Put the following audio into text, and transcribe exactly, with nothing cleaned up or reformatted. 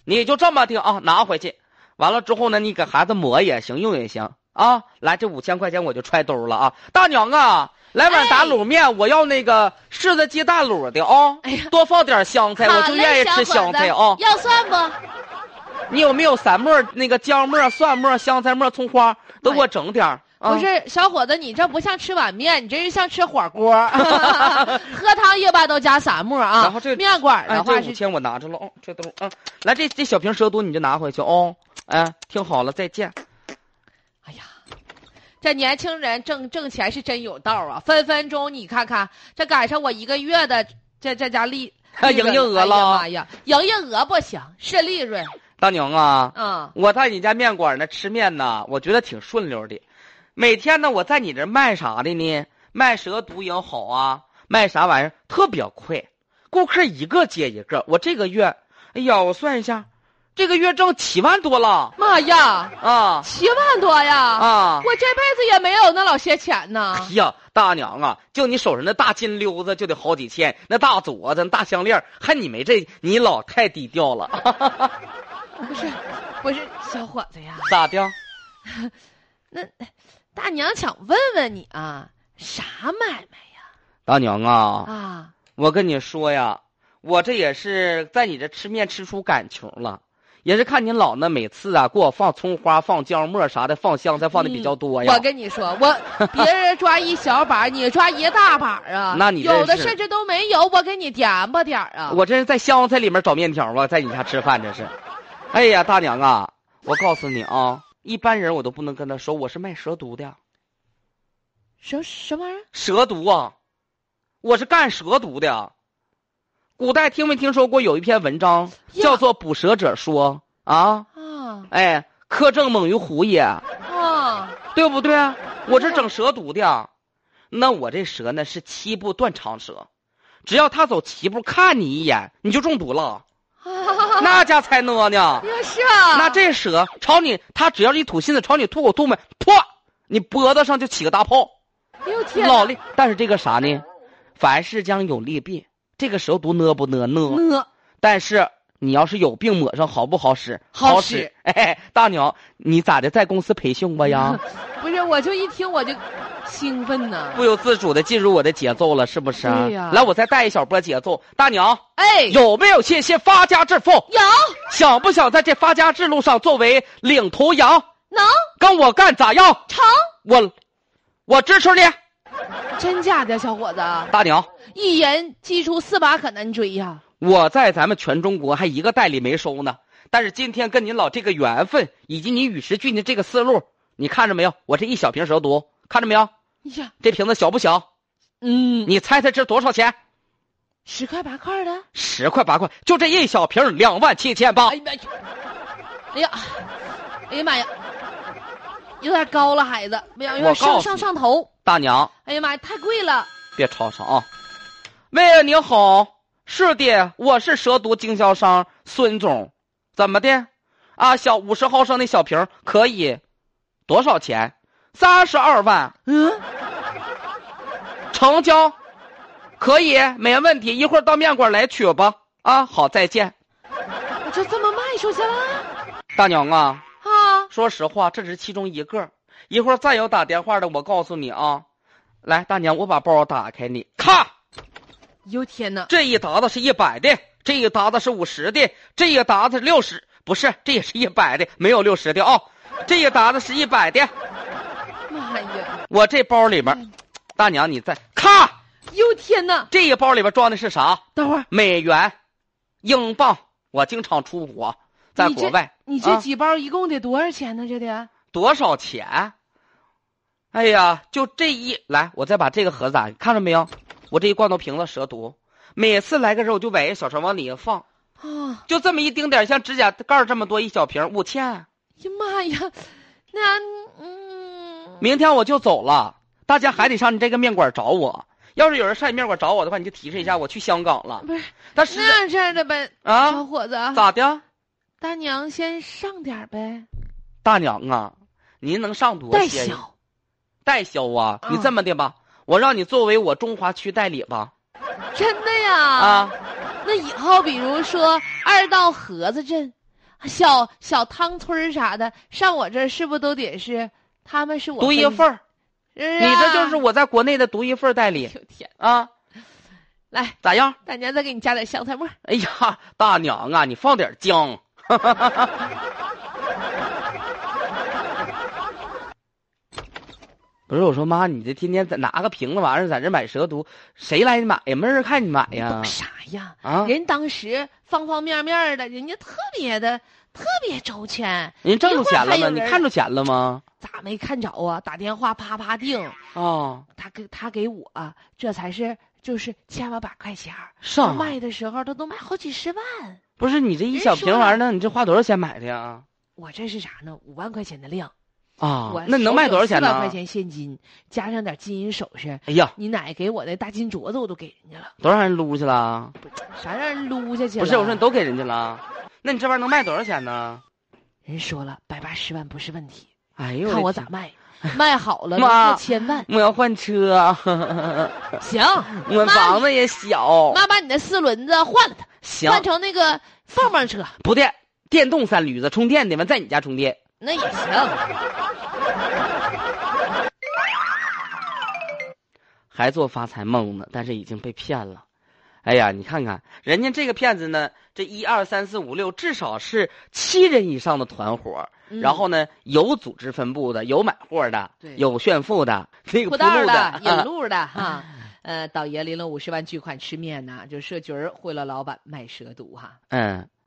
你就这么的啊，拿回去。完了之后呢，你给孩子抹也行，用也行啊。来，这五千块钱我就揣兜了啊。大娘啊，来碗打卤面，哎、我要那个柿子鸡蛋卤的啊。哎呀，多放点香菜，我就愿意吃香菜啊。 要蒜不？ 你有没有散末？那个姜末、蒜末、香菜末、葱花都给我整点儿。 不是小伙子，你这不像吃碗面，你这是像吃火锅。喝汤一般都加散末啊。 然后这面馆的话是， 哎、这五千我拿着了哦，这都啊，来这这小瓶蛇毒你就拿回去哦。哎，听好了，再见。 哎呀，这年轻人挣挣钱是真有道啊！分分钟你看看，这赶上我一个月的这这家利营业额了。 哎呀，营业额不行，是利润。 大娘啊， 嗯， 我在你家面馆呢吃面呢，我觉得挺顺溜的。每天呢，我在你这卖啥的呢？卖蛇毒也好啊，卖啥玩意儿特别快，顾客一个接一个。我这个月，哎呀，我算一下，这个月挣七万多了。 妈呀， 啊， 七万多呀！ 啊， 我这辈子也没有那老些钱呢。 哎呀，大娘啊，就你手上那大金溜子就得好几千，那大镯子、那大项链，还你没这，你老太低调了。 不是，不是小伙子呀？ 咋的？ 那大娘想问问你啊，啥买卖呀？ 大娘啊， 啊， 我跟你说呀，我这也是在你这吃面吃出感情了，也是看你老呢，每次啊给我放葱花、放姜末啥的，放香菜放的比较多呀。 嗯、我跟你说，我别人抓一小把，你抓一大把啊。 那你有的甚至都没有，我给你点吧点啊。 我这是在香菜里面找面条啊，在你家吃饭这是。哎呀，大娘啊，我告诉你啊，一般人我都不能跟他说我是卖蛇毒的。 什什么玩意儿？ 蛇毒啊，我是干蛇毒的。古代听没听说过有一篇文章叫做《捕蛇者说》啊？啊，哎，苛政猛于虎也啊，对不对？我这整蛇毒的，那我这蛇呢是七步断肠蛇，只要他走七步看你一眼，你就中毒了。那家才呢呢？ 也是啊。 那这蛇朝你，他只要一吐信子，朝你吐口吐沫，噗，你脖子上就起个大泡。 哎呦天！ 老厉，但是这个啥呢？凡事将有利弊，这个蛇毒呢不呢呢？ 呢。 但是你要是有病抹上好不好使？ 好使。 使哎，大娘，你咋的？在公司培训吧呀？ 不是，我就一听我就兴奋呢， 不由自主的进入我的节奏了，是不是？ 对呀。 来，我再带一小波节奏。大娘， 哎， 有没有信心发家致富？ 有。 想不想在这发家之路上作为领头羊？ 能。 跟我干咋样？ 成。 我，我支持你。 真假的，小伙子？ 大娘， 一人击出四把可难追呀。 我在咱们全中国还一个代理没收呢，但是今天跟您老这个缘分，以及你与时俱进这个思路，你看着没有？我这一小瓶蛇毒，看着没有？ 呀， 这瓶子小不小？ 嗯， 你猜猜值多少钱？ 十块八块的。 十块八块，就这一小瓶，两万七千八。 哎呀，哎呀，哎呀妈呀，有点高了，孩子，不要有点上上上头。 大娘， 哎呀妈呀，太贵了， 别吵吵啊！喂，你好，是的，我是蛇毒经销商孙总，怎么的？啊，小五十毫升的小瓶可以，多少钱？三十二万。嗯，成交，可以，没问题，一会儿到面馆来取吧。啊，好，再见。 我就这么卖出去了？ 大娘啊， 啊， 说实话，这只是其中一个。一会儿再有打电话的，我告诉你啊。来，大娘，我把包打开你，咔！ 哟天哪！ 这一沓子是一百的，这一沓子是五十的，这一沓子是六十，不是，这也是一百的，没有六十的啊、哦。这一沓子是一百的。 妈呀！ 我这包里面，嗯、大娘你再咔！ 哟天哪！ 这一包里边装的是啥？ 等会儿， 美元、英镑。我经常出国，在国外。 你这, 你这几包一共得多少钱呢？这得多少钱？哎呀，就这一来，我再把这个盒子打，看着没有？我这一罐头瓶子蛇毒，每次来个时候我就崴一小勺往里一放，啊，就这么一丁点，像指甲盖这么多一小瓶，五千。 呀妈呀，那嗯， 明天我就走了，大家还得上你这个面馆找我。要是有人上你面馆找我的话，你就提示一下，我去香港了。 不是， 但是那这样的呗， 啊， 小伙子， 咋的？ 大娘先上点呗。 大娘啊，您能上多些？ 代销。 代销啊！你这么的吧，嗯、我让你作为我中华区代理吧。 真的呀？ 啊， 那以后比如说二道河子镇， 小小汤村啥的，上我这儿是不是都得是他们是我独一份儿？ 是啊、 你这就是我在国内的独一份代理。 天啊！ 来， 咋样？ 大娘再给你加点香菜末。 哎呀，大娘啊，你放点姜。不是我说妈，你这天天在拿个瓶子玩意儿在这买蛇毒，谁来买呀？没人看你买呀？ 啥呀？ 啊！ 人当时方方面面的，人家特别的特别周全。 人挣着钱了吗？你看着钱了吗？ 咋没看着啊？打电话啪啪定。 哦， 他给他给我，这才是就是千八百块钱。 是啊， 卖的时候他都卖好几十万。 不是你这一小瓶玩意儿呢？你这花多少钱买的呀？ 我这是啥呢？五万块钱的量。 啊，那你能卖多少钱呢？ 四万块钱现金，加上点金银首饰。 哎呀， 你奶给我的大金镯子我都给人家了。 都让人撸去了？ 啥让人撸下去了？ 不是，我说你都给人家了，那你这玩意儿能卖多少钱呢？ 人说了，百八十万不是问题。 哎呦， 看我咋卖，卖好了妈千万。 我要换车。 行， 我房子也小。 妈把你的四轮子换了它， 行， 换成那个蹦蹦车。 不电，电动三驴子，充电的完在你家充电。 那也行。 还做发财梦呢，但是已经被骗了。哎呀，你看看人家这个骗子呢，这一二三四五六至少是七人以上的团伙，嗯、然后呢有组织分布的，有买货的，有炫富的，那个铺路的、引路的哈。呃，倒爷领了五十万巨款吃面呢，就设局儿贿赂老板卖蛇毒哈。 嗯。